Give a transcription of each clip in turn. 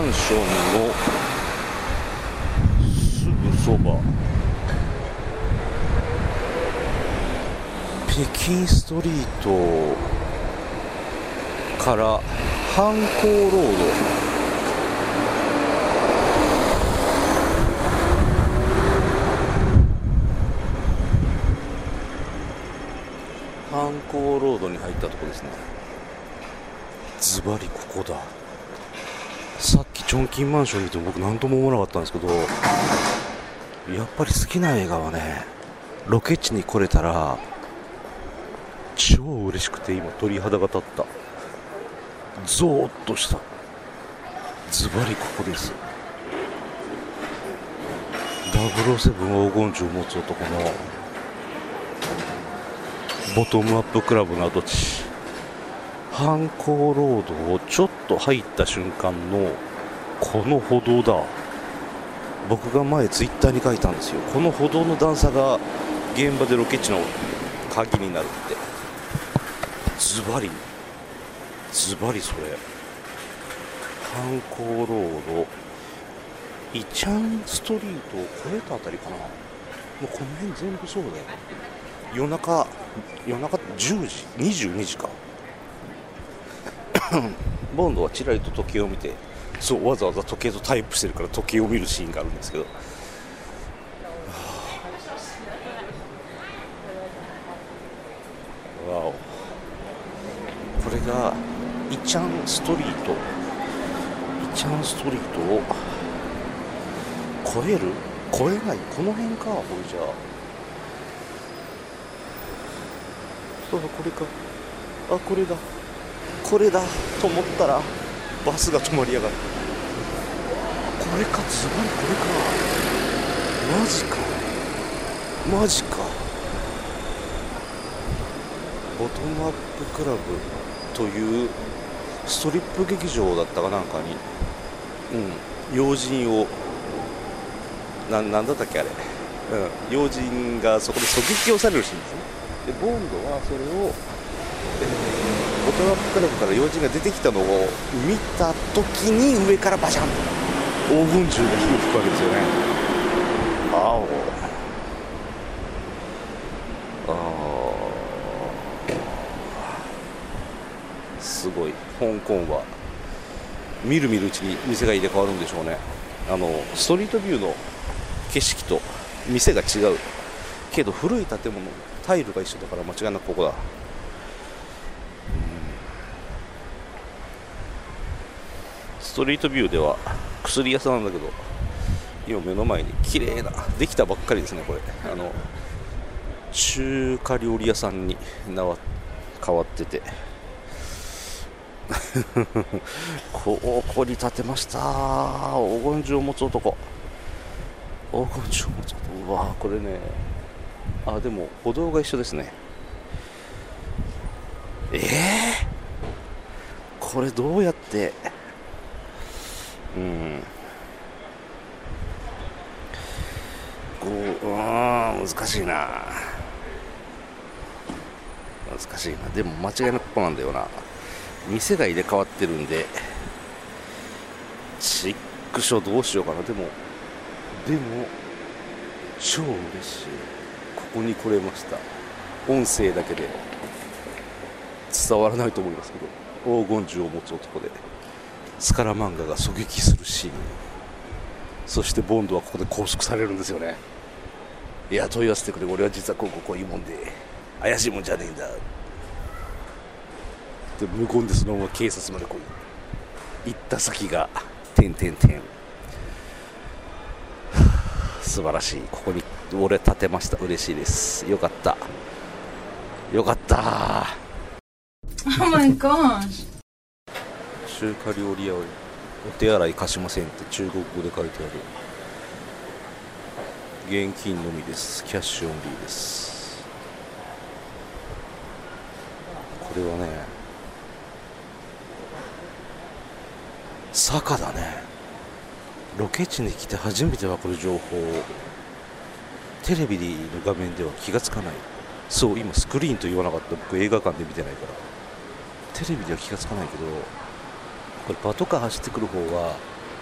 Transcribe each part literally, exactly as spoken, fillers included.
ンションのすぐそば、北京ストリートから阪光ロード、阪光ロードに入ったとこですね。ズバリここだ。さっきチョンキンマンション見て僕何とも思わなかったんですけど、やっぱり好きな映画はね、ロケ地に来れたら超嬉しくて今鳥肌が立った。ゾーッとした。ズバリここです。ダブルオーセブン黄金銃を持つ男のボトムアップクラブの跡地、阪光ロードをちょっと入った瞬間のこの歩道だ。僕が前ツイッターに書いたんですよ。この歩道の段差が現場でロケ地の鍵になるって。ズバリズバリそれ。阪光ロードイチャンストリートを越えたあたりかな。もうこの辺全部そうだよ。夜中夜中じゅうじにじゅうにじかボンドはちらりと時計を見て、そうわざわざ時計とタイプしてるから時計を見るシーンがあるんですけど、わお、これがイチャンストリート、イチャンストリートを越える越えない、この辺か。これじゃあそうだ、これか。あ、これだこれだと思ったらバスが止まりやがる。これか、ズバリこれか。マジかマジか。ボトムアップクラブというストリップ劇場だったかなんかに、うん、要人をな、なんだったっけあれ、うん、要人がそこで狙撃をされるシーンですね。でボンドはそれを、えー、ボトムアップクラブから要人が出てきたのを見た時に上からバシャンと黄金銃が火を吹くわけですよね。青あすごい。香港はみるみるうちに店が入れ替わるんでしょうね。あのストリートビューの景色と店が違うけど古い建物、タイルが一緒だから間違いなくここだ。ストリートビューでは薬屋さんなんだけど、今目の前に綺麗なできたばっかりですね。これあの中華料理屋さんに名は変わっててここに建てました。黄金銃を持つ男、黄金銃を持つ男。うわこれね、あでも歩道が一緒ですね。えー、これどうやってうんこう、うーん難しいな難しいな。でも間違いなくここなんだよな。店が入れ替わってるんでチックショどうしようかな。でもでも超嬉しい。ここに来れました。音声だけで伝わらないと思いますけど、黄金銃を持つ男でスカラマンガが狙撃するシーン、そしてボンドはここで拘束されるんですよね。いや問い合わせてくれ、俺は実はこうこうこういうもんで怪しいもんじゃねえんだで無言でそのまま警察まで来い。行った先が点点点素晴らしい。ここに俺建てました。嬉しいです。よかったよかった。 Oh my gosh。 中華料理屋をお手洗い貸しませんって中国語で書いてある。現金のみです。キャッシュオンリーです。これはね坂だね。ロケ地に来て初めて分かる情報、テレビの画面では気がつかない。そう今スクリーンと言わなかった。僕映画館で見てないからテレビでは気がつかないけど、これパトカー走ってくる方は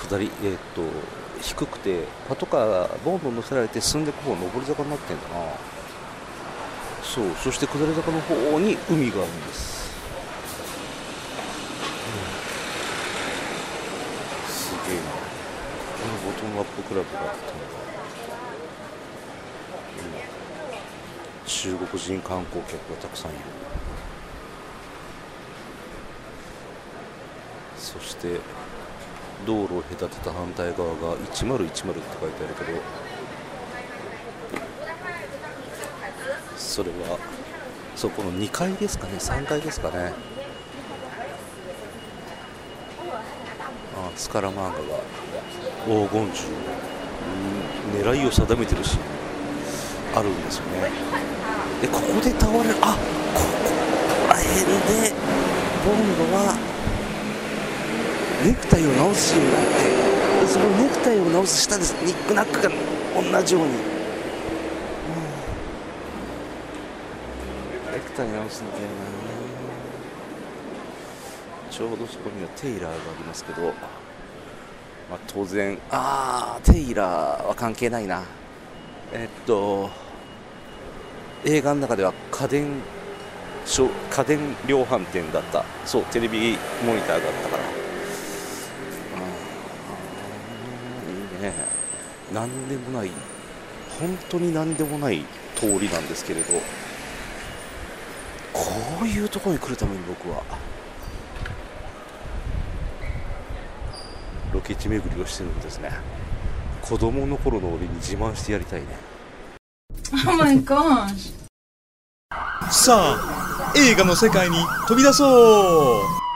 下り、えー、っと低くてパトカーがボンボン乗せられて進んでいく方、上り坂になってんだな。そう、そして下り坂の方に海があるんです、うん、すげえな。このボトムアップクラブがあったのが、中国人観光客がたくさんいる。そして道路を隔てた反対側がいちまるいちまるって書いてあるけど、それはそこのにかいですかね、さんがいですかね。あ、スカラマンガが黄金銃、狙いを定めてるシーンあるんですよね。でここで倒れる、あ、ここら辺でボンドはネクタイを直すシーンがあって、そのネクタイを直す下でニックナックが同じように、うん、ネクタイ直すんだよな。ちょうどそこにはテイラーがありますけど、まあ、当然あーテイラーは関係ないな。えっと映画の中では家電家電量販店だった。そう、テレビモニターがあったから、いいね。なんでもない、本当になんでもない通りなんですけれど、こういうところに来るために僕はロケ地巡りをしてるんですね。子供の頃の俺に自慢してやりたいね。 Oh my gosh. さあ、映画の世界に飛び出そう。